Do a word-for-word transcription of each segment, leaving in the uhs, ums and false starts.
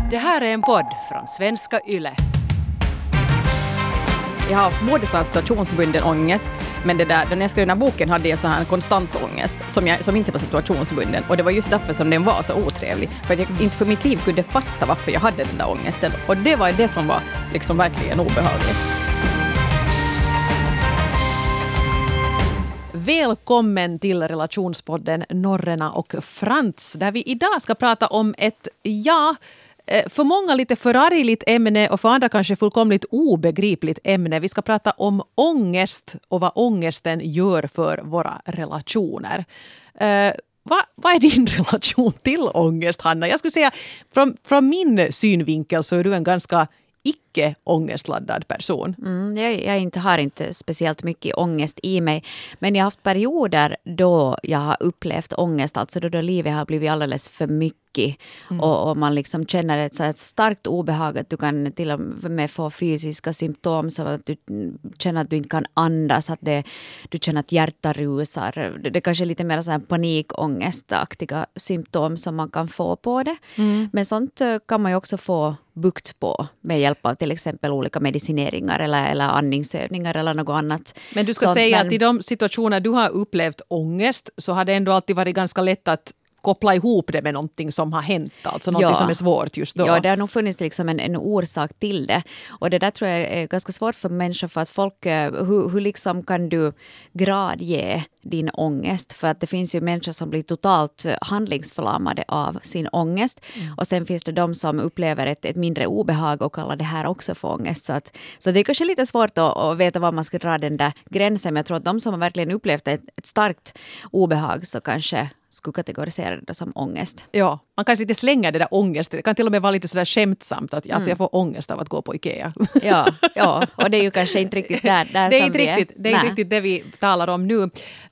Det här är en podd från Svenska Yle. Jag har haft både situationsbunden ångest, men det där, när jag skrev den här boken hade jag en sån här konstant ångest som, jag, som inte var situationsbunden. Och det var just därför som den var så otrevlig. För att jag inte för mitt liv kunde fatta varför jag hade den där ångesten. Och det var det som var liksom verkligen obehagligt. Välkommen till relationspodden Norrena och Frans, där vi idag ska prata om ett, ja, för många lite förargligt ämne och för andra kanske fullkomligt obegripligt ämne. Vi ska prata om ångest och vad ångesten gör för våra relationer. Uh, vad, vad är din relation till ångest, Hanna? Jag skulle säga, från, från min synvinkel så är du en ganska icke-ångestladdad person. Mm, jag jag inte, har inte speciellt mycket ångest i mig. Men jag har haft perioder då jag har upplevt ångest. Alltså då, då livet har blivit alldeles för mycket. Mm. Och, och man liksom känner ett, så ett starkt obehag. Att du kan till och med få fysiska symptom. Så att du känner att du inte kan andas. Att det, du känner att hjärtat rusar. Det, det kanske är lite mer så här panikångestaktiga symptom som man kan få på det. Mm. Men sånt kan man ju också få bukt på med hjälp av till exempel olika medicineringar eller, eller andningsövningar eller något annat. Men du ska så, säga men, att i de situationer du har upplevt ångest så har det ändå alltid varit ganska lätt att koppla ihop det med någonting som har hänt, alltså någonting ja, som är svårt just då. Ja, det har nog funnits liksom en, en orsak till det. Och det där tror jag är ganska svårt för människor, för att folk, hur, hur liksom kan du gradge din ångest? För att det finns ju människor som blir totalt handlingsförlamade av sin ångest. Mm. Och sen finns det de som upplever ett, ett mindre obehag och kallar det här också för ångest. Så, att, så det är kanske lite svårt att, att veta var man ska dra den där gränsen. Men jag tror att de som har verkligen upplevt ett, ett starkt obehag så kanske skulle kategorisera det som ångest. Ja, man kanske lite slänger det där ångest. Det kan till och med vara lite sådär skämtsamt att mm. alltså jag får ångest av att gå på Ikea. Ja, ja, och det är ju kanske inte riktigt där, där det är som inte vi riktigt, är. Det är inte riktigt det vi talar om nu. Uh,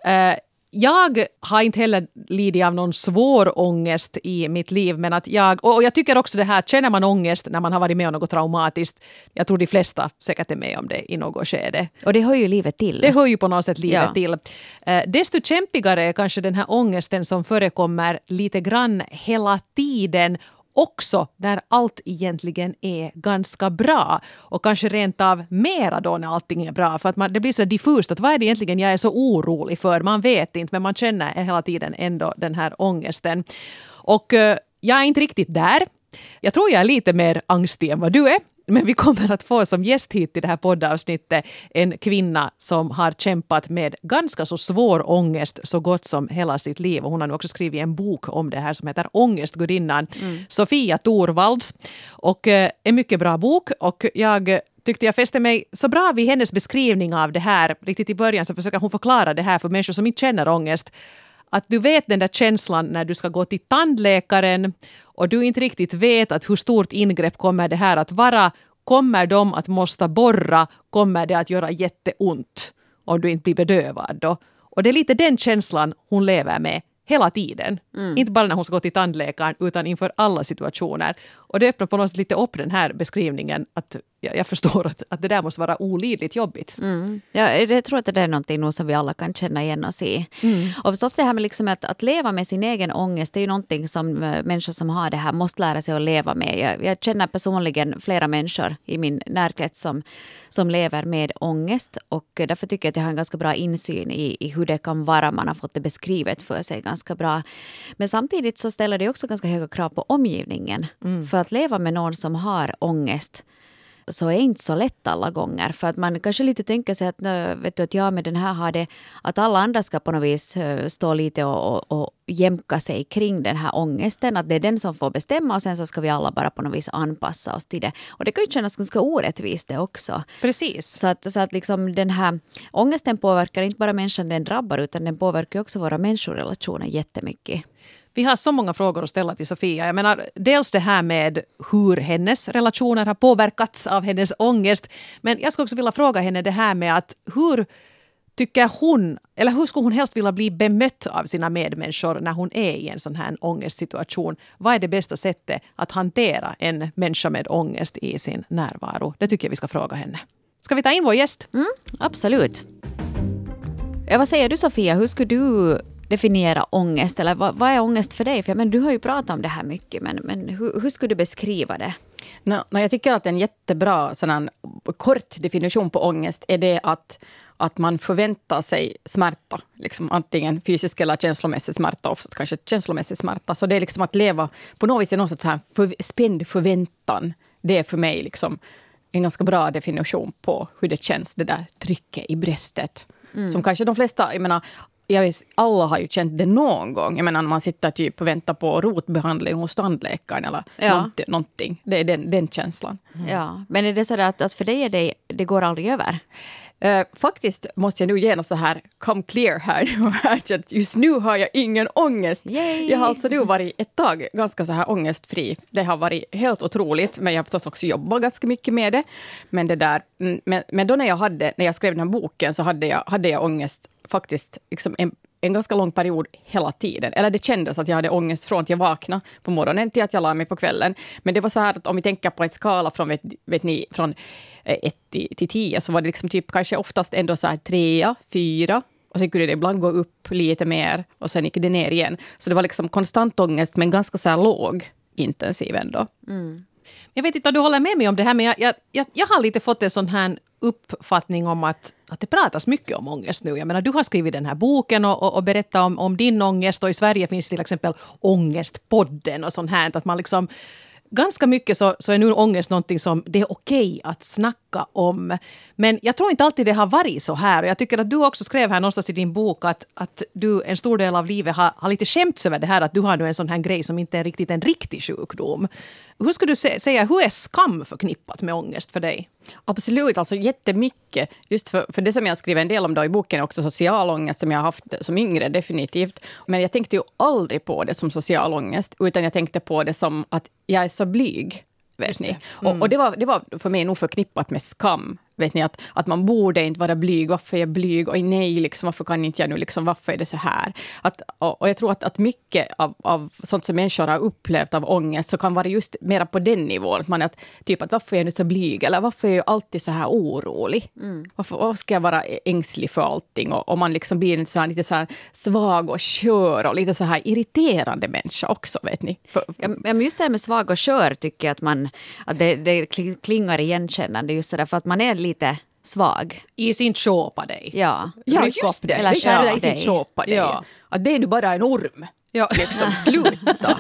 Jag har inte heller lidit av någon svår ångest i mitt liv, men att jag, och jag tycker också det här, känner man ångest när man har varit med om något traumatiskt, jag tror de flesta säkert är med om det i något skede. Och det hör ju livet till. Det hör ju på något sätt livet ja. till. Eh, desto kämpigare är kanske den här ångesten som förekommer lite grann hela tiden, också när allt egentligen är ganska bra. Och kanske rent av mera då när allting är bra. För att man, det blir så diffust att vad är det egentligen jag är så orolig för? Man vet inte, men man känner hela tiden ändå den här ångesten. Och uh, jag är inte riktigt där. Jag tror jag är lite mer angstig än vad du är. Men vi kommer att få som gäst hit i det här poddavsnittet en kvinna som har kämpat med ganska så svår ångest så gott som hela sitt liv. Och hon har nu också skrivit en bok om det här som heter Ångestgudinnan. Mm. Sofia Thorvalds. Och eh, en mycket bra bok. Och jag tyckte jag fäste mig så bra vid hennes beskrivning av det här. Riktigt i början så försöker hon förklara det här för människor som inte känner ångest. Att du vet den där känslan när du ska gå till tandläkaren och du inte riktigt vet att hur stort ingrepp kommer det här att vara. Kommer de att måste borra? Kommer det att göra jätteont om du inte blir bedövad då? Och det är lite den känslan hon lever med hela tiden. Mm. Inte bara när hon ska gå till tandläkaren utan inför alla situationer. Och det öppnar på något sätt lite upp den här beskrivningen att jag, jag förstår att, att det där måste vara olidligt jobbigt. Mm. Ja, jag tror att det är någonting nog som vi alla kan känna igen oss i. Mm. Och förstås det här med liksom att, att leva med sin egen ångest, det är ju någonting som människor som har det här måste lära sig att leva med. Jag, jag känner personligen flera människor i min närkrets som, som lever med ångest, och därför tycker jag att jag har en ganska bra insyn i, i hur det kan vara. Man har fått det beskrivet för sig ganska bra. Men samtidigt så ställer det också ganska höga krav på omgivningen. Mm. För att leva med någon som har ångest så är inte så lätt alla gånger. För att man kanske lite tänker sig att, vet du, att jag med den här har det, att alla andra ska på något vis stå lite och, och, och jämka sig kring den här ångesten. Att det är den som får bestämma och sen så ska vi alla bara på något vis anpassa oss till det. Och det kan ju kännas ganska orättvist det också. Precis. Så att, så att liksom den här ångesten påverkar inte bara människan den drabbar, utan den påverkar också våra människorelationer jättemycket. Vi har så många frågor att ställa till Sofia. Jag menar, dels det här med hur hennes relationer har påverkats av hennes ångest. Men jag skulle också vilja fråga henne det här med att hur tycker hon, eller hur skulle hon helst vilja bli bemött av sina medmänniskor när hon är i en sån här ångestsituation? Vad är det bästa sättet att hantera en människa med ångest i sin närvaro? Det tycker jag vi ska fråga henne. Ska vi ta in vår gäst? Mm, absolut. Ja, vad säger du, Sofia? Hur skulle du definiera ångest? Eller vad, vad är ångest för dig? För men du har ju pratat om det här mycket, men, men hur, hur skulle du beskriva det? No, no, jag tycker att en jättebra sådan kort definition på ångest är det att, att man förväntar sig smärta. Liksom antingen fysisk eller känslomässig smärta, ofta kanske känslomässig smärta. Så det är liksom att leva på något vis i någon sorts här för, spänd förväntan. Det är för mig liksom en ganska bra definition på hur det känns, det där trycket i bröstet. Mm. Som kanske de flesta, jag menar, jag vet, alla har ju känt det någon gång. Jag menar, när man sitter typ och väntar på rotbehandling hos tandläkaren eller ja. någonting. Det är den, den känslan. Mm. Ja, men är det så att, att för dig är det, det går aldrig över? Uh, faktiskt måste jag nu gärna så här come clear här. Just nu har jag ingen ångest. Yay. Jag har alltså nu varit ett tag ganska så här ångestfri. Det har varit helt otroligt, men jag har förstås också jobbat ganska mycket med det. Men det där, men, men då när jag hade, när jag skrev den här boken så hade jag, hade jag ångest faktiskt liksom en, en ganska lång period hela tiden. Eller det kändes att jag hade ångest från att jag vaknade på morgonen till att jag la mig på kvällen. Men det var så här att om vi tänker på en skala från, vet, vet ni, från ett till tio så var det liksom typ kanske oftast ändå så här trea, fyra. Och sen kunde det ibland gå upp lite mer och sen gick det ner igen. Så det var liksom konstant ångest men ganska så här låg intensiv ändå. Mm. Jag vet inte om du håller med mig om det här, men jag, jag, jag, jag har lite fått en sån här uppfattning om att, att det pratas mycket om ångest nu. Jag menar, du har skrivit den här boken och, och, och berättat om, om din ångest, och i Sverige finns till exempel Ångestpodden och sånt här. Att man liksom, ganska mycket så, så är nu ångest någonting som det är okej att snacka om. Men jag tror inte alltid det har varit så här. Och jag tycker att du också skrev här någonstans i din bok att, att du en stor del av livet har, har lite skämts över det här. Att du har nu en sån här grej som inte är riktigt en riktig sjukdom. Hur skulle du sä- säga, hur är skam förknippat med ångest för dig? Absolut, alltså jättemycket. Just för, för det som jag skriver en del om då i boken är också social ångest som jag har haft som yngre, definitivt. Men jag tänkte ju aldrig på det som social ångest, utan jag tänkte på det som att jag är så blyg. Vet ni? Mm. Och, och det, var, det var för mig nog förknippat med skam. Vet ni, att, att man borde inte vara blyg. Varför är jag blyg? Och nej, liksom, varför kan inte jag nu? Liksom, varför är det så här? Att, och, och jag tror att, att mycket av, av sånt som människor har upplevt av ångest så kan vara just mera på den nivån. Att man är att, typ att varför är jag nu så blyg? Eller varför är jag alltid så här orolig? Mm. Varför, varför ska jag vara ängslig för allting? Och, och man liksom blir en så här, lite så här svag och skör och lite så här irriterande människa också, vet ni. För, för, ja, men just det här med svag och skör tycker jag att, man, att det, det klingar igenkännande. Just det, för att man är lite svag. I sin show på dig. Ja, ja just det. Eller det är ja. i sin show på dig. Ja. Att det är nu bara en orm. Ja. Liksom, sluta.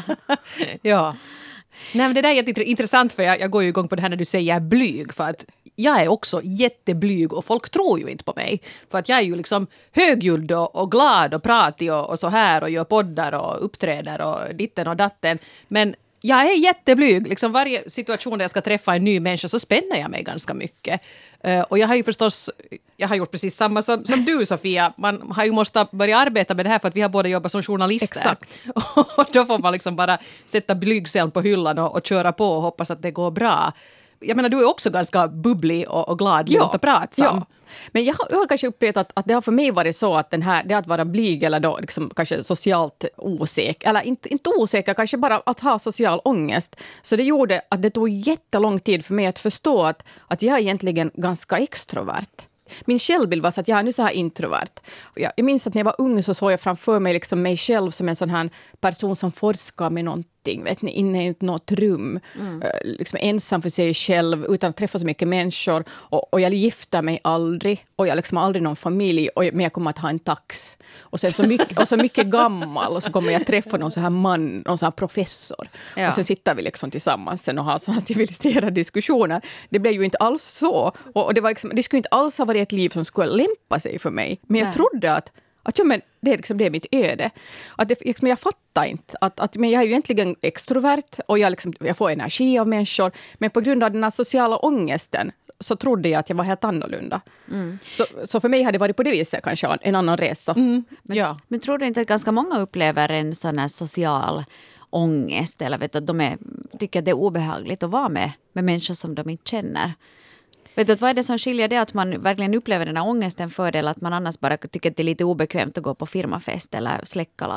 Ja. Nej, men det där är jätteintressant, för jag, jag går ju igång på det här när du säger jag är blyg, för att jag är också jätteblyg och folk tror ju inte på mig. För att jag är ju liksom högljudd och, och glad och pratig och, och så här och gör poddar och uppträder och ditten och datten. Men jag är jätteblyg. Liksom varje situation där jag ska träffa en ny människa så spänner jag mig ganska mycket. Uh, och jag har ju förstås, jag har gjort precis samma som, som du, Sofia. Man har ju måste börja arbeta med det här för att vi har båda jobbat som journalister. Exakt. Och då får man liksom bara sätta blygseln på hyllan och, och köra på och hoppas att det går bra. Jag menar, du är också ganska bubblig och, och glad ja, och pratsam. Ja. Men jag har, jag har kanske upplevt att, att det har för mig varit så att den här, det att vara blyg eller då liksom kanske socialt osäker, eller inte, inte osäker, kanske bara att ha social ångest. Så det gjorde att det tog jättelång tid för mig att förstå att, att jag är egentligen ganska extrovert. Min självbild var så att jag är nu så här introvert. Jag, jag minns att när jag var ung så såg jag framför mig liksom mig själv som en sån här person som forskar med någonting, vet ni, inne i något rum. Mm. Liksom ensam för sig själv, utan att träffa så mycket människor. Och, och jag gifter mig aldrig. Och jag liksom har aldrig någon familj. Och, men jag kommer att ha en tax. Och sen så mycket, och så mycket gammal. Och så kommer jag träffa någon sån här man, någon sån här professor. Ja. Och så sitter vi liksom tillsammans sen och har såna här civiliserade diskussioner. Det blev ju inte alls så. Och, och det, var liksom, det skulle inte alls ha varit ett liv som skulle lämpa sig för mig. Men jag Nej. trodde att Att ja, men det är, liksom, det är mitt öde. Att det, liksom, jag fattar inte. Att, att, men jag är ju egentligen extrovert och jag, liksom, jag får energi av människor. Men på grund av den här sociala ångesten så trodde jag att jag var helt annorlunda. Mm. Så, så för mig hade det varit på det viset kanske en annan resa. Mm. Men, ja. men tror du inte att ganska många upplever en sån här social ångest? Eller vet du, att de är, tycker att det är obehagligt att vara med, med människor som de inte känner? Vet du, vad är det som skiljer det att man verkligen upplever den här ångesten fördel att man annars bara tycker att det är lite obekvämt att gå på firmafest eller släckkalas?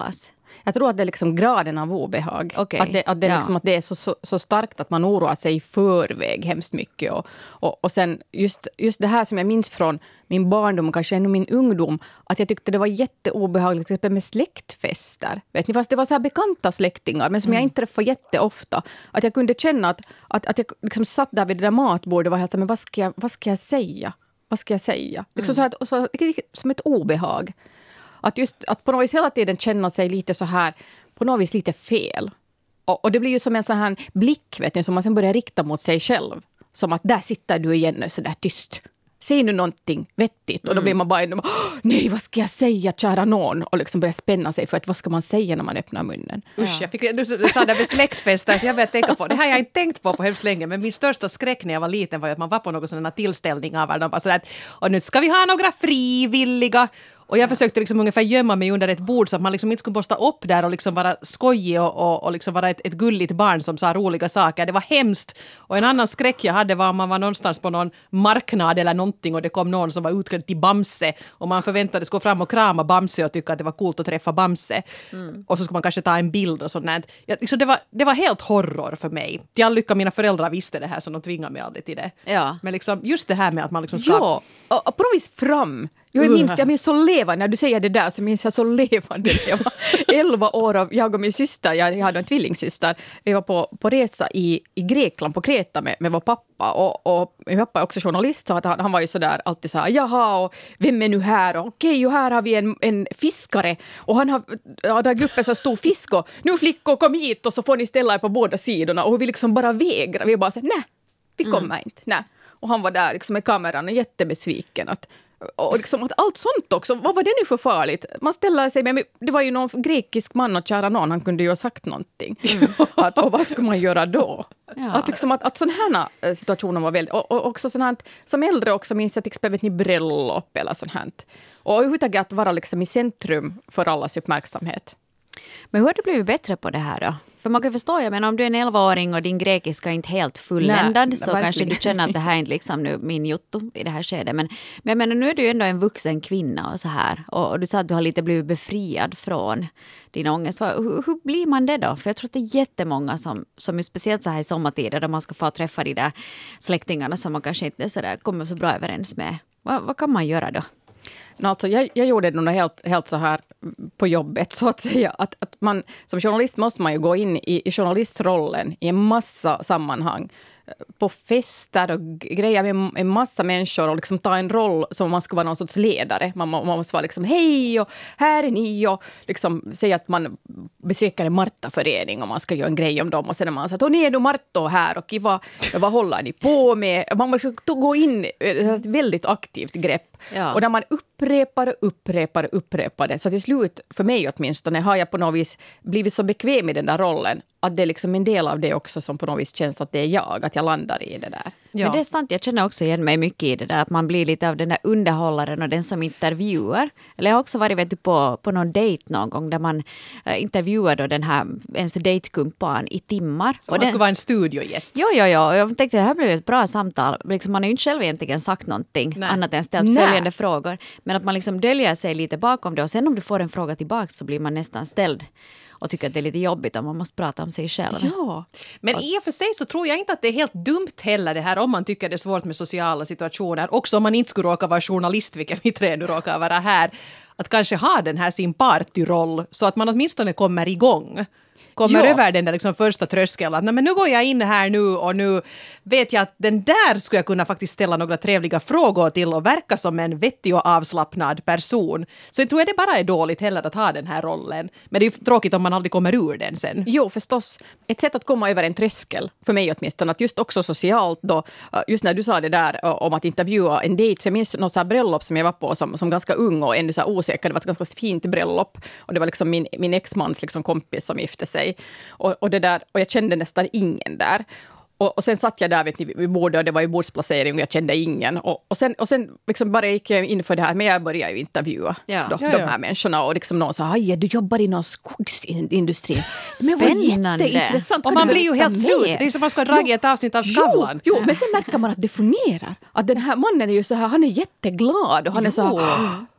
Jag tror att det är liksom graden av obehag. Okay. Att, det, att, det ja. liksom, att det är så, så, så starkt att man oroar sig i förväg hemskt mycket. Och, och, och sen just, just det här som jag minns från min barndom, kanske ännu min ungdom, att jag tyckte det var jätteobehagligt med släktfester. Vet ni, fast det var så här bekanta släktingar, men som mm. jag inte träffade jätteofta. Att jag kunde känna att, att, att jag liksom satt där vid det där matbordet och var helt så här, men vad ska jag, vad ska jag säga? Vad ska jag säga? Liksom mm. så här, och så, som ett obehag. Att just att på något vis hela tiden känna sig lite så här, på något vis lite fel. Och, och det blir ju som en sån här blick, vet ni, som man sen börjar rikta mot sig själv. Som att där sitter du igen så där tyst. Säg nu någonting vettigt. Mm. Och då blir man bara en, nej, vad ska jag säga, kära någon? Och liksom börjar spänna sig för att vad ska man säga när man öppnar munnen? Usch, jag fick, du, du sa det med släktfester, så jag började tänka på det här har jag inte tänkt på på hemskt länge, men min största skräck när jag var liten var att man var på någon sån här tillställningar där de var sådär, och nu ska vi ha några frivilliga. Och jag försökte liksom ungefär gömma mig under ett bord så att man liksom inte skulle posta upp där och liksom vara skojig och, och, och liksom vara ett, ett gulligt barn som sa roliga saker. Det var hemskt. Och en annan skräck jag hade var om man var någonstans på någon marknad eller någonting och det kom någon som var utklädd till Bamse och man förväntades gå fram och krama Bamse och tycka att det var coolt att träffa Bamse. Mm. Och så skulle man kanske ta en bild och sånt där. Ja, liksom det, var, det var helt horror för mig. Till all lycka mina föräldrar visste det här så de tvingade mig aldrig till det. Ja. Men liksom just det här med att man liksom ska... Ja, och, och på något vis fram... Jag minns, jag minns så levande, när du säger det där så minns jag så levande. Jag var elva år och jag och min syster, jag, jag hade en tvillingsyster, vi var på, på resa i, i Grekland, på Kreta med, med vår pappa. Och, och min pappa är också journalist så att han, han var ju sådär alltid så här, jaha, och vem är nu här? Och okej, och här har vi en, en fiskare och han har, har dragit upp en så stor fisk och nu flickor kom hit och så får ni ställa er på båda sidorna. Och vi liksom bara vägrar, vi bara så nej, vi kommer mm. inte, nej. Och han var där liksom med kameran och jättebesviken att och liksom att allt sånt också, vad var det nu för farligt? Man ställer sig, men det var ju någon grekisk man och kära någon, han kunde ju ha sagt någonting. Mm. Att, och vad skulle man göra då? Ja. Att, liksom, att, att sådana här situationer var väldigt, och, och också sådant här, som äldre också minns jag till exempel ni bröllop eller sånt här. Och överhuvudtaget att vara liksom i centrum för allas uppmärksamhet. Men hur har du blivit bättre på det här då? För man kan förstå, jag menar om du är en elvaåring och din grekiska är inte helt fulländad nej, så verkligen. Kanske du känner att det här är inte liksom nu min jotto i det här skedet. Men, men jag menar, nu är du ju ändå en vuxen kvinna och så här. Och, och du sa att du har lite blivit befriad från din ångest. Hur, hur blir man det då? För jag tror att det är jättemånga som, som är speciellt så här i sommartider där man ska få träffa de där släktingarna som man kanske inte så där kommer så bra överens med. Vad, vad kan man göra då? No, alltså, jag, jag gjorde det nog helt, helt så här på jobbet så att säga. Att, att man, som journalist måste man ju gå in i, i journalistrollen i en massa sammanhang. På fester och grejer med en massa människor och liksom ta en roll som man skulle vara någon sorts ledare. Man, man måste vara liksom hej och här är ni och liksom säga att man besöker en Marta-förening och man ska göra en grej om dem och sen är man så att och ni är då Marta här och vad, vad håller ni på med? Man måste gå in ett väldigt aktivt grepp ja. Och där man upprepar och upprepar och upprepar det. Så till slut, för mig åtminstone, har jag på något vis blivit så bekväm i den där rollen att det är liksom en del av det också som på något vis känns att det är jag, att jag landar i det där. Ja. Men det är sant, jag känner också igen mig mycket i det där att man blir lite av den där underhållaren och den som intervjuar. Eller jag har också varit vet du, på, på någon dejt någon gång där man äh, intervjuar då den här ens dejtkumpan i timmar. Så och man den, skulle vara en studiogäst. Jo, jo, jo. Och jag tänkte att det här blev ett bra samtal. Liksom, man har ju inte själv egentligen sagt någonting nej. Annat än ställt nej. Följande frågor. Men att man liksom döljer sig lite bakom det och sen om du får en fråga tillbaka så blir man nästan ställd. Och tycker att det är lite jobbigt om man måste prata om sig själv. Ja, men i och för sig så tror jag inte att det är helt dumt heller det här om man tycker det är svårt med sociala situationer. Också om man inte skulle råka vara journalist, vilket vi tre nu råkar vara här. Att kanske ha den här sin partyroll så att man åtminstone kommer igång. Kommer ja. Över den där liksom första tröskeln att nej, men nu går jag in här nu och nu vet jag att den där skulle jag kunna faktiskt ställa några trevliga frågor till och verka som en vettig och avslappnad person. Så jag tror att det bara är dåligt heller att ha den här rollen. Men det är ju tråkigt om man aldrig kommer ur den sen. Jo, förstås. Ett sätt att komma över en tröskel, för mig åtminstone, att just också socialt då, just när du sa det där om att intervjua en dejt, så jag minns något så här bröllop som jag var på som, som ganska ung och ännu så här osäker. Det var ett ganska fint bröllop och det var liksom min, min exmans liksom kompis som gifte sig. Och, och, det där, och jag kände nästan ingen där. Och, och sen satt jag där vet ni, vid bordet och det var ju bordsplacering och jag kände ingen. Och, och sen, och sen liksom bara gick jag in för det här, men jag började ju intervjua ja. Då, ja, de ja. här människorna. Och liksom någon sa, aj, du jobbar inom skogsindustrin. Men vad jätteintressant. Och man blir ju helt slut. Det är ju som man ska ha dragit ett avsnitt av Skavlan. Jo, jo, men sen märker man att det fungerar. Att den här mannen är ju så här, han är jätteglad och han är så här,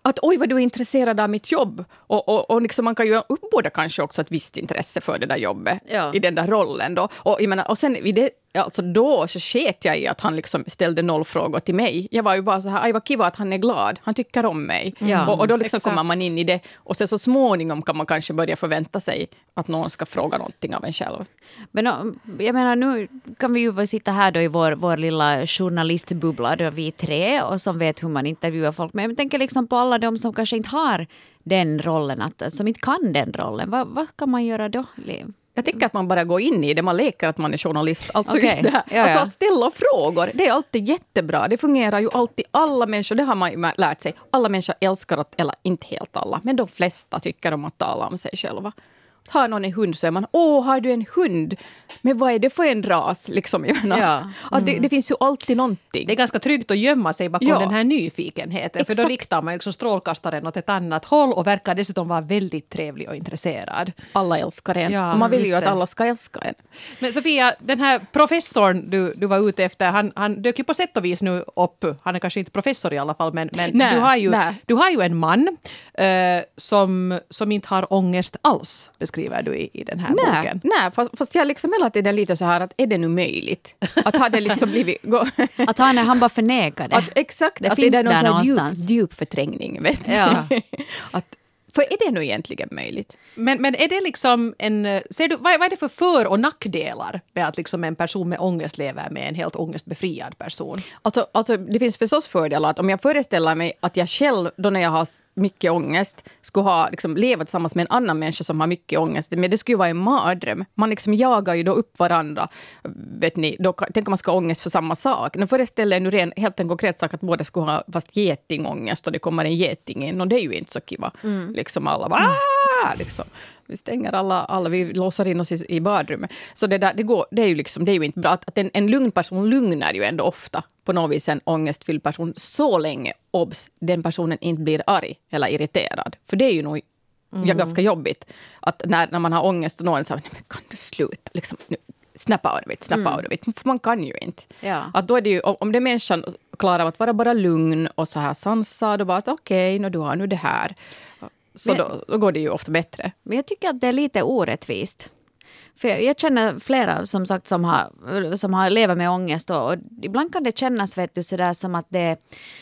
att oj vad du är intresserad av mitt jobb. Och, och, och liksom man kan ju uppbåda kanske också ett visst intresse för det där jobbet Ja. i den där rollen då. Och, jag menar, och sen vid det, alltså då så sket jag i att han liksom ställde noll frågor till mig. Jag var ju bara så här, aj vad kiva att han är glad, han tycker om mig. Ja, och, och då liksom exakt. kommer man in i det. Och sen så småningom kan man kanske börja förvänta sig att någon ska fråga någonting av en själv. Men om- jag menar, nu kan vi ju sitta här då i vår, vår lilla journalistbubbla, då vi är tre och som vet hur man intervjuar folk. Men jag tänker liksom på alla de som kanske inte har den rollen, att, som inte kan den rollen. Vad, vad kan man göra då, Liv? Jag tycker att man bara går in i det, man leker att man är journalist. Alltså Okej, just det här, ja, alltså ja. att ställa frågor, det är alltid jättebra. Det fungerar ju alltid, alla människor, det har man ju lärt sig. Alla människor älskar att, eller inte helt alla, men de flesta tycker om att tala om sig själva. Har någon en hund så är man, åh har du en hund? Men vad är det för en ras? Liksom, jag menar, Ja. att det, det finns ju alltid någonting. Det är ganska tryggt att gömma sig bakom Ja. den här nyfikenheten. För då Exakt. riktar man liksom strålkastaren åt ett annat håll och verkar dessutom vara väldigt trevlig och intresserad. Alla älskar en. Ja, och man vill ju just att det. alla ska älska en. Men Sofia, den här professorn du, du var ute efter, han, han dök ju på sätt och vis nu upp. Han är kanske inte professor i alla fall, men, men Nej, du, har ju, nej. du har ju en man eh, som, som inte har ångest alls, beskriver du i, i den här Nej, boken. nej fast, fast jag liksom hela tiden lite så här att är det nu möjligt? Att ha det liksom blivit... Att han, han bara förnekar det. Att exakt, Det att finns det är någon där sån här någonstans. djup, djup förträngning. Vet du? Ja. att, för är det nu egentligen möjligt? Men, men är det liksom en... Ser du, vad, vad är det för för- och nackdelar med att liksom en person med ångest lever med en helt ångestbefriad person? Alltså, alltså, det finns förstås fördelar. Att om jag föreställer mig att jag själv, då när jag har mycket ångest, skulle ha liksom, leva tillsammans med en annan människa som har mycket ångest. Men det skulle ju vara en mardröm. Man liksom jagar ju då upp varandra. Vet ni, då, tänk om man ska ha ångest för samma sak. Nu föreställer jag nu ren, helt en konkret sak att båda skulle ha fast getingångest och det kommer en geting in. Och det är ju inte så kiva. Mm. Liksom alla bara... Mm. Liksom. Vi stänger alla, alla, vi låser in oss i, i badrummet. Så det, där, det, går, det, är ju liksom, det är ju inte bra. Att, att en, en lugn person lugnar ju ändå ofta på något vis en ångestfylld person så länge, obs, den personen inte blir arg eller irriterad. För det är ju nog mm. ja, ganska jobbigt. Att när, när man har ångest och någon säger, nej men kan du sluta? Liksom, nu, snappa av det, snappa av det. För man kan ju inte. Ja. Att då är det ju, om det är människan klarar av att vara bara lugn och så här sansad och bara att okej, okay, du har nu det här. Så Men, då, då går det ju ofta bättre. Men jag tycker att det är lite orättvist. För jag, jag känner flera som sagt som har, som har levat med ångest och, och ibland kan det kännas vet du, sådär som att det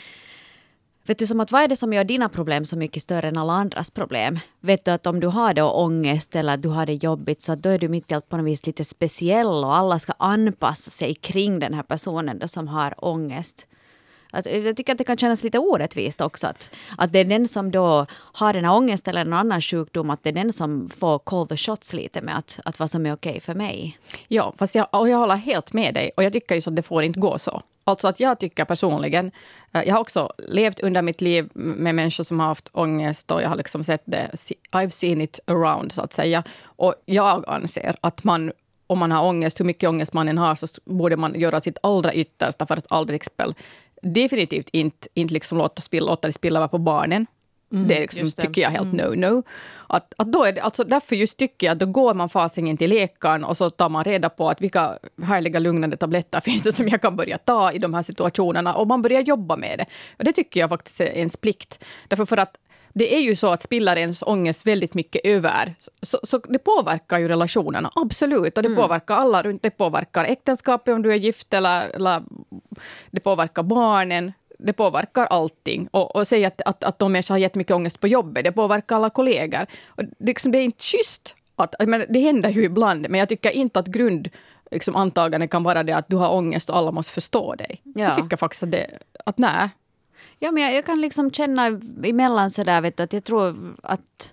vet du, som att vad är det som gör dina problem så mycket större än alla andras problem? Vet du att om du har då ångest eller att du har det jobbigt så då är du mitt i allt på något vis lite speciell och alla ska anpassa sig kring den här personen då som har ångest. Att, jag tycker att det kan kännas lite orättvist också. Att, att det är den som då har den här ångest eller en annan sjukdom. Att det är den som får call the shots lite med att, att vad som är okej för mig. Ja, fast jag, och jag håller helt med dig. Och jag tycker ju så att det får inte gå så. Alltså att jag tycker personligen, jag har också levt under mitt liv med människor som har haft ångest och jag har liksom sett det, I've seen it around så att säga. Och jag anser att man, om man har ångest, hur mycket ångest man än har så borde man göra sitt allra yttersta för att aldrig expel. Definitivt inte, inte liksom låta, spilla, låta det spilla över på barnen. Mm, det, är liksom, det tycker jag helt mm. no-no. Att, att då är det, alltså därför just tycker jag att då går man fasingen till läkaren och så tar man reda på att vilka härliga lugnande tabletter finns det som jag kan börja ta i de här situationerna och man börjar jobba med det. Och det tycker jag faktiskt är ens plikt. Därför för att det är ju så att spillar ens ångest väldigt mycket över. Så, så det påverkar ju relationerna, absolut. Och det mm. påverkar alla runt. Det påverkar äktenskapet om du är gift eller, eller det påverkar barnen. Det påverkar allting. Och, och säga att, att, att de människor har jättemycket ångest på jobbet. Det påverkar alla kollegor. Och liksom, det är inte schysst. Att, men det händer ju ibland. Men jag tycker inte att grund liksom, antagandet kan vara det att du har ångest och alla måste förstå dig. Ja. Jag tycker faktiskt att, det, att nej. Ja, men jag, jag kan liksom känna emellan sådär, vet du, att jag tror att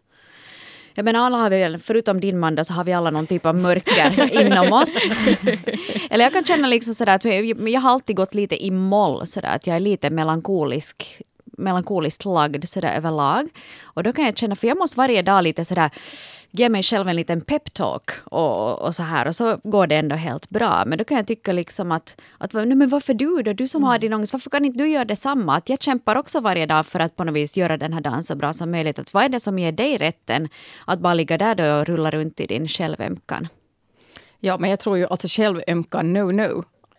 jag menar, alla har vi väl, förutom din man då, så har vi alla någon typ av mörker inom oss. Eller jag kan känna liksom sådär att jag, jag har alltid gått lite i moll sådär, att jag är lite melankolisk melankoliskt lagd sådär överlag. Och då kan jag känna, för jag måste varje dag lite sådär ge mig själv en liten peptalk och, och så här. Och så går det ändå helt bra. Men då kan jag tycka liksom att, att nej, men varför du då? Du som mm. har din ångest, varför kan inte du göra detsamma? Att jag kämpar också varje dag för att på något vis göra den här dansen så bra som möjligt. Att vad är det som ger dig rätten att bara ligga där då och rulla runt i din självömkan? Ja, men jag tror ju alltså självömkan, no, no.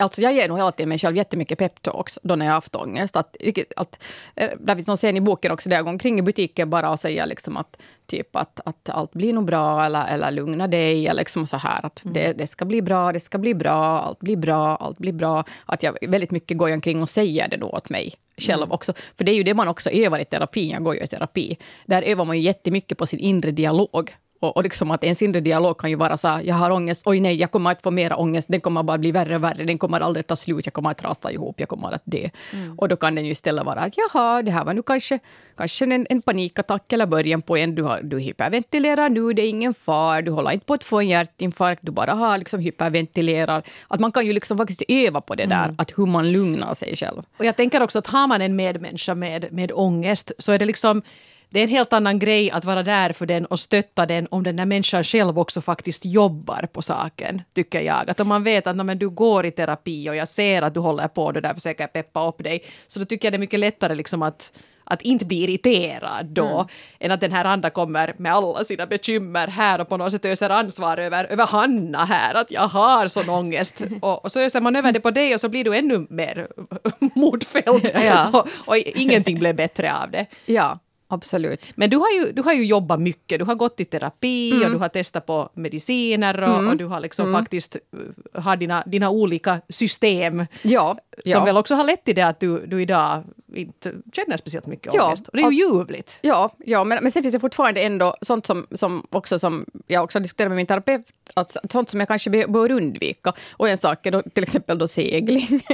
alltså jag ger nog hela tiden mig själv jättemycket peptalks då när jag har haft ångest. Att, att, där finns någon scen i boken också där jag går omkring i butiken bara och säger liksom att, typ att, att allt blir nog bra eller, eller lugna dig. Eller liksom så här att mm. det, det ska bli bra, det ska bli bra, allt blir bra, allt blir bra. Att jag väldigt mycket går omkring och säger det då åt mig själv mm. också. För det är ju det man också övar i terapi. Jag går ju i terapi. Där övar man ju jättemycket på sin inre dialog. Och, och liksom att ens inre dialog kan ju vara så här, jag har ångest, oj nej, jag kommer att få mera ångest, den kommer bara bli värre och värre, den kommer aldrig ta slut, jag kommer att rasa ihop, jag kommer att dö. Mm. Och då kan den ju istället vara att jaha, det här var nu kanske, kanske en, en panikattack eller början på en, du, har, du hyperventilerar nu, det är ingen far, du håller inte på att få en hjärtinfarkt, du bara har liksom hyperventilerar. Att man kan ju liksom faktiskt öva på det där, mm. att hur man lugnar sig själv. Och jag tänker också att har man en medmänniska med, med ångest så är det liksom det är en helt annan grej att vara där för den och stötta den om den där människan själv också faktiskt jobbar på saken, tycker jag. Att om man vet att men, du går i terapi och jag ser att du håller på det där försöker peppa upp dig, så då tycker jag det är mycket lättare liksom att, att inte bli irriterad då mm. än att den här andra kommer med alla sina bekymmer här och på något sätt öser ansvar över, över Hanna här, att jag har sån ångest. och, och så öser man över det på dig och så blir du ännu mer motfälld ja. och, och ingenting blir bättre av det. Ja. Absolut. Men du har ju, du har ju jobbat mycket. Du har gått i terapi mm. och du har testat på mediciner och, mm. och du har liksom mm. faktiskt har dina, dina olika system ja, som ja. väl också har lett till det att du, du idag inte känner speciellt mycket ja, ångest. Och det är ju ljuvligt. Ja, ja men, men sen finns det fortfarande ändå sånt som, som också som jag också diskuterar med min terapeut, att sånt som jag kanske bör undvika. Och en sak är då, till exempel då segling.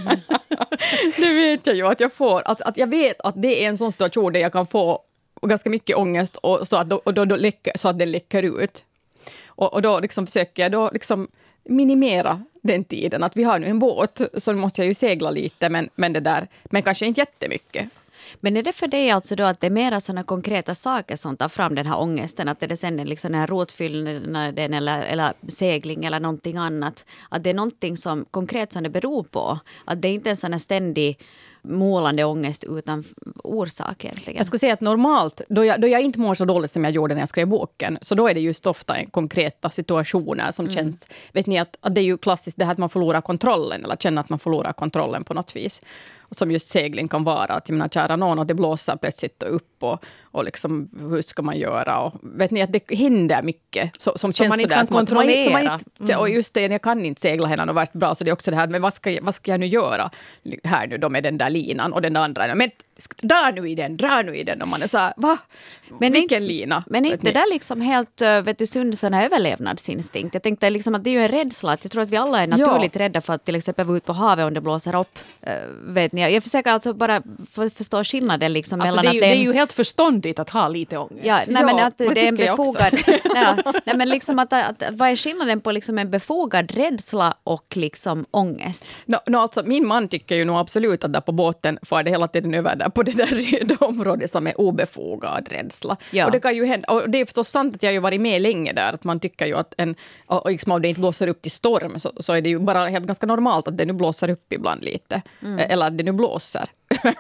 Det vet jag ju att jag får. Att, att jag vet att det är en sån situation där jag kan få ganska mycket ångest och så att, då, och då, då läcker, så att den läcker ut. Och, och då liksom försöker jag då liksom minimera den tiden. Att vi har nu en båt så måste jag ju segla lite men, men, det där, men kanske inte jättemycket. Men är det för dig alltså då att det är mera sådana konkreta saker som tar fram den här ångesten? Att det är sen liksom den här rotfyllnaden eller, eller segling eller någonting annat? Att det är någonting som konkret som det beror på? Att det är inte en sån här ständig målande ångest utan orsak egentligen? Jag skulle säga att normalt, då jag, då jag inte mår så dåligt som jag gjorde när jag skrev boken, så då är det just ofta en konkreta situationer som mm. känns, vet ni att, att det är ju klassiskt det här att man förlorar kontrollen eller känner att man förlorar kontrollen på något vis. Som just segling kan vara, att jag menar, kära någon och det blåser plötsligt upp och, och liksom, hur ska man göra? Och, vet ni att det händer mycket så, som, som känns man inte sådär, kan kontrollera. Man, man inte, mm. Och just det, jag kan inte segla henne och värst bra, så det är också det här, men vad ska, vad ska jag nu göra här nu då med den där linan och den andra? Men dra nu i den, dra nu i den, och man är så här, va? Men vilken inte, lina? Men inte det där liksom helt, vet du, sund sån här överlevnadsinstinkt. Jag tänkte liksom att det är ju en rädsla, att jag tror att vi alla är naturligt ja. rädda för att till exempel vara ute på havet om det blåser upp, vet ni. Jag försöker alltså bara förstå skillnaden liksom alltså mellan det är, ju, att det är, det är ju helt förståndigt att ha lite ångest. Ja, nej, ja, men att det är en befogad ja, nej, men liksom att, att, att vad är skillnaden på liksom en befogad rädsla och liksom ångest? No, no, alltså, min man tycker ju nog absolut att där på båten får det hela tiden över där på det där röda området som är obefogad rädsla. Ja. Och det kan ju hända, och det är förstås sant att jag har ju varit med länge där, att man tycker ju att en, och liksom om det inte blåser upp till storm så, så är det ju bara helt ganska normalt att det nu blåser upp ibland lite. Mm. Eller att det nu blåser.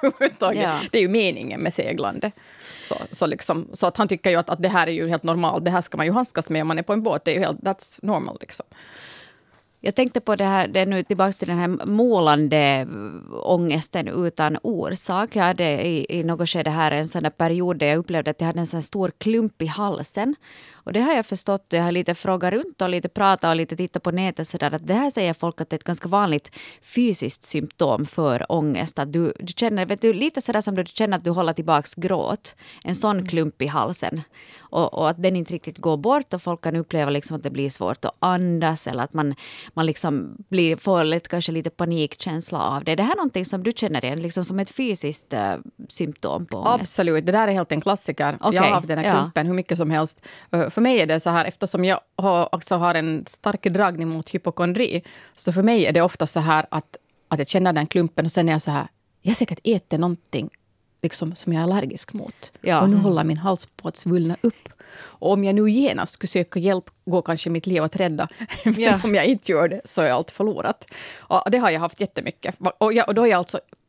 Ja. Det är ju meningen med seglande. Så, så, liksom, så att han tycker ju att, att det här är ju helt normalt. Det här ska man ju handskas med om man är på en båt. Det är ju helt, that's normal liksom. Jag tänkte på det här, det är nu tillbaka till den här målande ångesten utan orsak. Jag hade i, i något skede här en sån där period där jag upplevde att jag hade en sån stor klump i halsen. Och det har jag förstått, jag har lite frågat runt och lite pratat och lite tittat på nätet så där, att det här säger folk att det är ett ganska vanligt fysiskt symptom för ångest. Att du, du känner, vet du, lite sådär som du känner att du håller tillbaks gråt. En sån klump i halsen. Och, och att den inte riktigt går bort och folk kan uppleva liksom att det blir svårt att andas eller att man, man liksom blir, får lite, kanske lite panikkänsla av det. Det här är någonting som du känner igen liksom som ett fysiskt uh, symptom på ångest? Absolut, det där är helt en klassiker. Okay. Jag har haft den här klumpen ja. hur mycket som helst. Uh, för mig är det så här, eftersom jag har, också har en stark dragning mot hypokondri, så för mig är det ofta så här att, att jag känner den klumpen och sen är jag så här, jag säkert äter någonting liksom, som jag är allergisk mot. Ja. Och nu håller min hals på att svullna upp. Och om jag nu genast skulle söka hjälp går kanske mitt liv att rädda. Men ja. om jag inte gör det så är allt förlorat. Och det har jag haft jättemycket. Och, jag, och då är jag alltså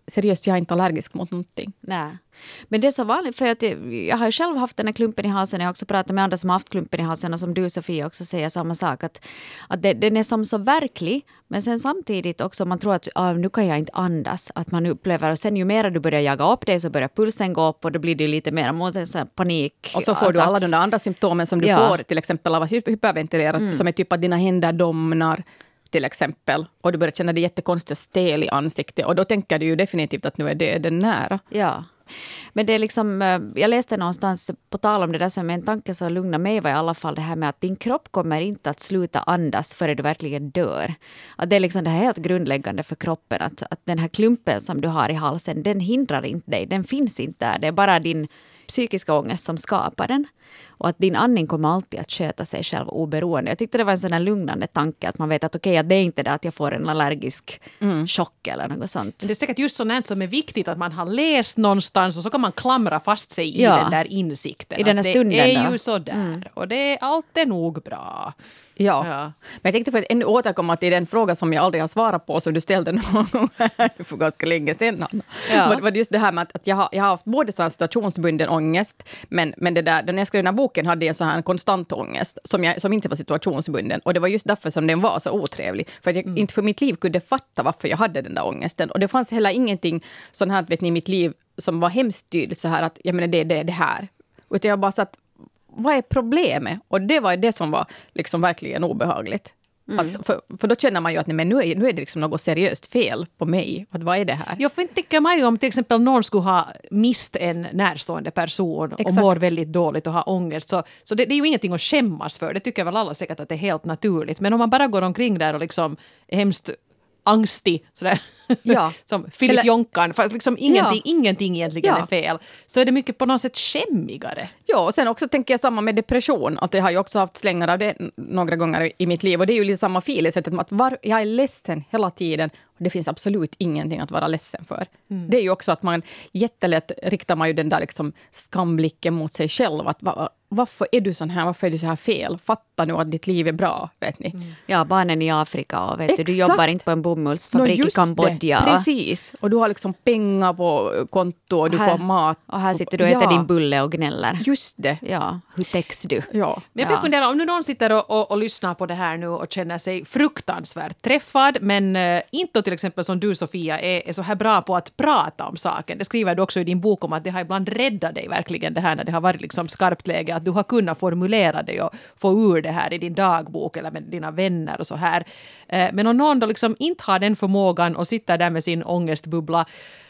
seriöst, jag är inte allergisk mot någonting. Nej. Men det är så vanligt, för att jag har ju själv haft den här klumpen i halsen. Jag har också pratat med andra som har haft klumpen i halsen, och som du, Sofia, också säger samma sak. Att, att det, den är som så verklig, men sen samtidigt också man tror att ah, nu kan jag inte andas. Att man upplever, och sen ju mer du börjar jaga upp dig så börjar pulsen gå upp, och då blir det lite mer mot en sån här panik. Och så får du alla de andra symptomen som du ja. får, till exempel av att hyperventilera, mm. som är typ att dina händer domnar till exempel, och du börjar känna dig jättekonstigt stel i ansiktet, och då tänker du ju definitivt att nu är döden nära. Ja. Men det är liksom, jag läste någonstans på tal om det där som en tanke som lugnar mig var i alla fall det här med att din kropp kommer inte att sluta andas förrän du verkligen dör. Att det är liksom det här helt grundläggande för kroppen, att, att den här klumpen som du har i halsen, den hindrar inte dig, den finns inte där. Det är bara din psykiska ångest som skapar den. Och att din andning kommer alltid att sköta sig själv oberoende. Jag tyckte det var en sån här lugnande tanke, att man vet att okej, okay, att det är inte det att jag får en allergisk mm. chock eller något sånt. Det är säkert just sånt som är viktigt, att man har läst någonstans och så kan man klamra fast sig i ja. den där insikten. I den här stunden. Det är då. ju så där. Mm. Och det är, allt är nog bra. Ja. ja, men jag tänkte för att ännu återkomma till den fråga som jag aldrig har svarat på, så du ställde någon gång här för ganska länge sedan. Ja. Var, var det just det här med att, att jag, har, jag har haft både så här situationsbunden ångest, men, men det där, när jag skrev den här boken hade jag en så här en konstant ångest som, jag, som inte var situationsbunden. Och det var just därför som den var så otrevlig. För att jag mm. inte för mitt liv kunde fatta varför jag hade den där ångesten. Och det fanns heller ingenting sånt här, vet ni, i mitt liv som var hemskt tydligt så här att jag menar det är det, det här. Utan jag bara satt, vad är problemet? Och det var det som var liksom verkligen obehagligt. Mm. Att, för, för då känner man ju att nej, men nu, är, nu är det liksom något seriöst fel på mig. Att, vad är det här? Jag får inte tänka mig om till exempel någon skulle ha mist en närstående person Exakt. och mår väldigt dåligt och har ångest. Så, så det, det är ju ingenting att skämmas för. Det tycker väl alla säkert att det är helt naturligt. Men om man bara går omkring där och liksom är hemskt angstig, sådär, ja. som Filip Eller... Jonkan, fast liksom ingenting, ja. ingenting egentligen ja. är fel, så är det mycket på något sätt skämmigare. Ja, och sen också tänker jag samma med depression, att jag har ju också haft slängar av det några gånger i mitt liv, och det är ju lite samma fil i sättet att var, jag är ledsen hela tiden, och det finns absolut ingenting att vara ledsen för. Mm. Det är ju också att man jättelätt riktar man ju den där liksom skamblicken mot sig själv, att va, varför är du sån här, varför är du så här fel? Fatta nu att ditt liv är bra, vet ni. Mm. Ja, barnen i Afrika, och vet du, du jobbar inte på en bomullsfabrik no, i Kambodja. Det. Precis, och du har liksom pengar på konto och, och du här, får mat. Och här sitter du och äter ja. din bulle och gnäller. Just det. Ja, hur täcks du? Ja. Men jag ja. funderar, om nu någon sitter och, och, och lyssnar på det här nu och känner sig fruktansvärt träffad, men äh, inte till exempel som du, Sofia, är, är så här bra på att prata om saken. Det skriver du också i din bok om att det har ibland räddat dig verkligen det här när det har varit liksom skarpt läge, att du har kunnat formulera dig och få ur det här i din dagbok eller med dina vänner och så här. Äh, men om någon då liksom inte har den förmågan och sitter där med sin ångestbubbla,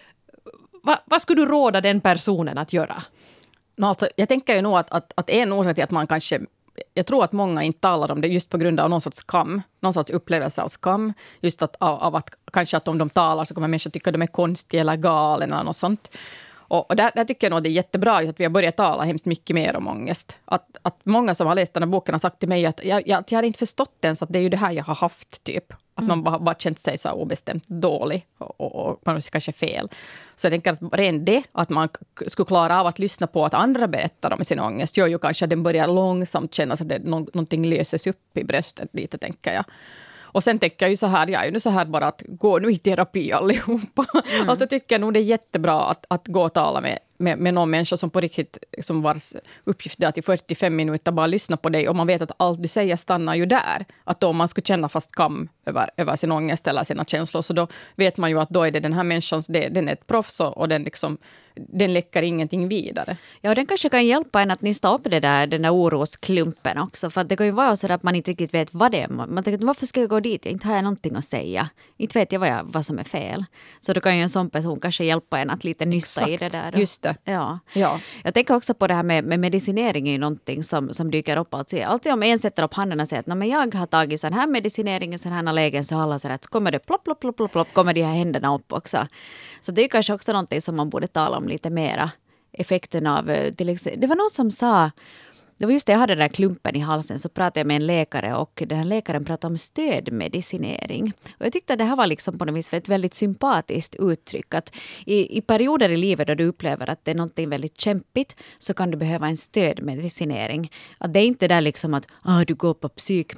va, vad skulle du råda den personen att göra? No, alltså, jag tänker ju nog att, att, att en orsak till att man kanske, jag tror att många inte talar om det just på grund av någon sorts skam, någon sorts upplevelse av skam, just att, av, av att kanske att om de talar så kommer människor tycka att de är konstiga eller galen eller något sånt. Och, och där, där tycker jag nog det är jättebra att vi har börjat tala hemskt mycket mer om ångest. Att, att många som har läst den här boken har sagt till mig att jag, jag, jag har inte förstått ens att det är ju det här jag har haft typ. Att man bara, bara känt sig så obestämt dålig och, och, och man är kanske fel. Så jag tänker att redan det, att man skulle klara av att lyssna på att andra berättar om sin ångest, gör ju kanske att den börjar långsamt kännas att det, nå, någonting löses upp i bröstet lite, tänker jag. Och sen tänker jag ju så här, jag är ju nu så här bara att gå nu i terapi allihopa. Mm. Alltså tycker jag nog det är jättebra att, att gå och tala med, med, med någon människa som på riktigt, som vars uppgift är att i fyrtiofem minuter bara lyssna på dig, och man vet att allt du säger stannar ju där. Att då om man skulle känna fast skam över, över sin ångest eller sina känslor, så då vet man ju att då är det den här människans, det, den är ett proffs och den liksom, den läcker ingenting vidare. Ja, och den kanske kan hjälpa en att nysta upp det där, den där orosklumpen också. För att det kan ju vara så att man inte riktigt vet vad det är. Man tänker, varför ska jag gå dit? Jag inte har jag någonting att säga. Inte vet jag vad, jag, vad som är fel. Så då kan ju en sån person kanske hjälpa en att lite nysta Exakt. i det där. Just det. Ja. Ja. Jag tänker också på det här med, med medicinering är ju någonting som, som dyker upp alltid. Alltid om en sätter upp handen och säger att men jag har tagit sån här medicinering, sån här lägen, så alla säger att kommer det plopp, plopp, plopp, plopp, plopp, kommer de här händerna upp också. Så det är kanske också någonting som man borde tala om lite mera. Effekten av, till exempel, det var någon som sa, det var just det, jag hade den där klumpen i halsen, så pratade jag med en läkare och den här läkaren pratade om stödmedicinering. Och jag tyckte att det här var liksom på något vis ett väldigt sympatiskt uttryck. Att i, i perioder i livet då du upplever att det är någonting väldigt kämpigt, så kan du behöva en stödmedicinering. Att det är inte där liksom att ah, du går på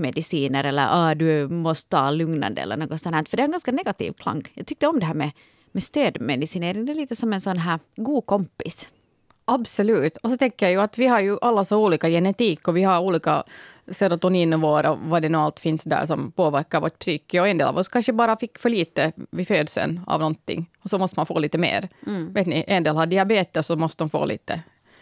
psykmediciner eller ah, du måste ta lugnande eller något sånt här. För det är en ganska negativ klang. Jag tyckte om det här med med stödmedicinering. Det är lite som en sån här god kompis. Absolut. Och så tänker jag ju att vi har ju alla så olika genetik och vi har olika serotoninnivåer och vad det nu allt finns där som påverkar vårt psyke. Och en del av oss kanske bara fick för lite vid födseln av någonting. Och så måste man få lite mer. Mm. Vet ni, en del har diabetes så måste de få lite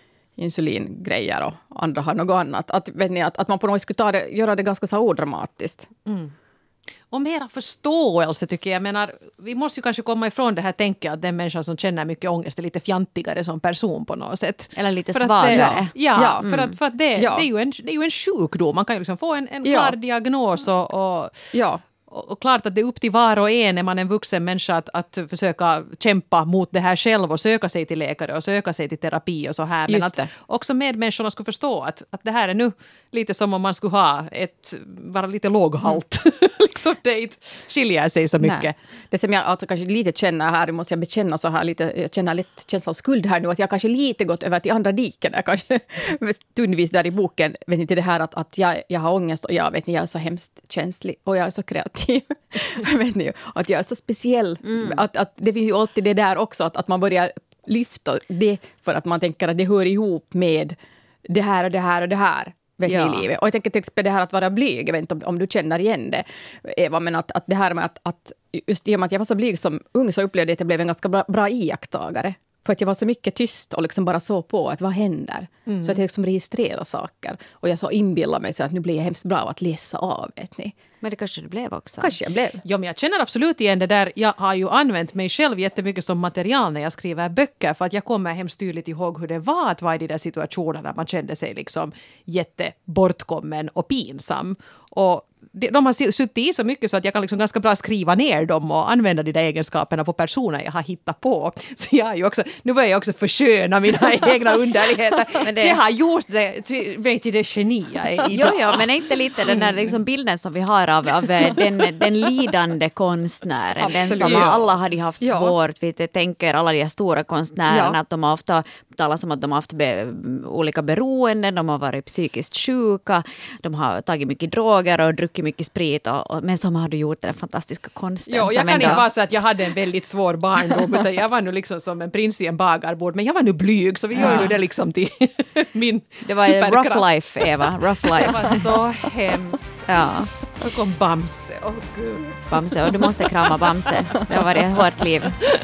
insulingrejer och andra har något annat. Att, vet ni, att, att man på något vis skulle ta det, göra det ganska så odramatiskt. Mm. Och mera förståelse tycker jag. jag menar, vi måste ju kanske komma ifrån det här tänka att den människan som känner mycket ångest är lite fjantigare som person på något sätt. Eller lite för svagare. Det, ja, ja mm. för att, för att det, ja. det, är ju en, det är ju en sjukdom. Man kan ju liksom få en, en ja. klar diagnos och, och, ja. och, och klart att det är upp till var och en när man är en vuxen människa att, att försöka kämpa mot det här själv och söka sig till läkare och söka sig till terapi och så här. Men Just att också medmänniskorna skulle förstå att, att det här är nu lite som om man skulle ha ett, vara lite låghalt. Mm. liksom det inte skiljer sig så mycket. Nej. Det som jag alltså kanske lite känner här, måste jag bekänna så här lite, jag känner lite känsla av skuld här nu, att jag kanske lite gått över till andra diken där kanske stundvis där i boken, vet ni, det här att, att jag, jag har ångest och jag vet ni, jag är så hemskt känslig och jag är så kreativ. vet ni, att jag är så speciell. Mm. Att, att det finns ju alltid det där också, att, att man börjar lyfta det för att man tänker att det hör ihop med det här och det här och det här. Vet ja. i livet. Och jag tänker till exempel det här att vara blyg, jag vet inte om, om du känner igen det, Eva, men att, att det här med att, att just i och med att jag var så blyg som ung så upplevde jag att jag blev en ganska bra, bra iakttagare. För att jag var så mycket tyst och liksom bara så på att vad händer. Mm. Så att jag liksom registrerar saker. Och jag så inbillar mig så att nu blir jag hemskt bra att läsa av, vet ni. Men det kanske det blev också. Kanske jag blev. Ja, men jag känner absolut igen det där. Jag har ju använt mig själv jättemycket som material när jag skriver böcker. För att jag kommer hemskt tydligt ihåg hur det var att vara i de där situationerna där man kände sig liksom jättebortkommen och pinsam. Och de har suttit i så mycket så att jag kan liksom ganska bra skriva ner dem och använda de där egenskaperna på personer jag har hittat på. Så jag har ju också, nu var jag också försköna mina egna underligheter. Men det, det har gjort det, vet du, det geni jag är idag. Jo, ja, men inte lite den där liksom bilden som vi har av, av den, den lidande konstnären. Absolut. Den som alla hade haft ja. svårt. Vi tänker alla de stora konstnärerna ja. att de har ofta talas om att de har haft be, olika beroenden, de har varit psykiskt sjuka, de har tagit mycket droger och druckit mycket sprit, och, och, men som har du gjort den fantastiska konsten. Jo, jag kan ändå... inte vara så att jag hade en väldigt svår barndom, utan jag var nu liksom som en prins i en bagarbord, men jag var nu blyg, så vi ja. gör nu det liksom till min det var superkraft. Rough life, Eva, rough life. Det var så hemskt. Ja. Så kom Bamse, åh oh, gud. Bamse, och du måste krama Bamse. Det har varit ett hårt liv.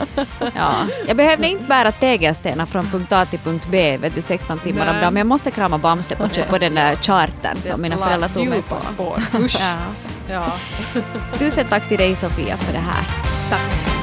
Ja. Jag behövde inte bära tegelstenar från punkt A till punkt B, vet du, sexton timmar Nej. om dagen, men jag måste krama Bamse på, på den där chartern som mina föräldrar tog mig på. Spår. Usch. Ja. Ja. Tusen tack till dig, Sofia, för det här. Tack.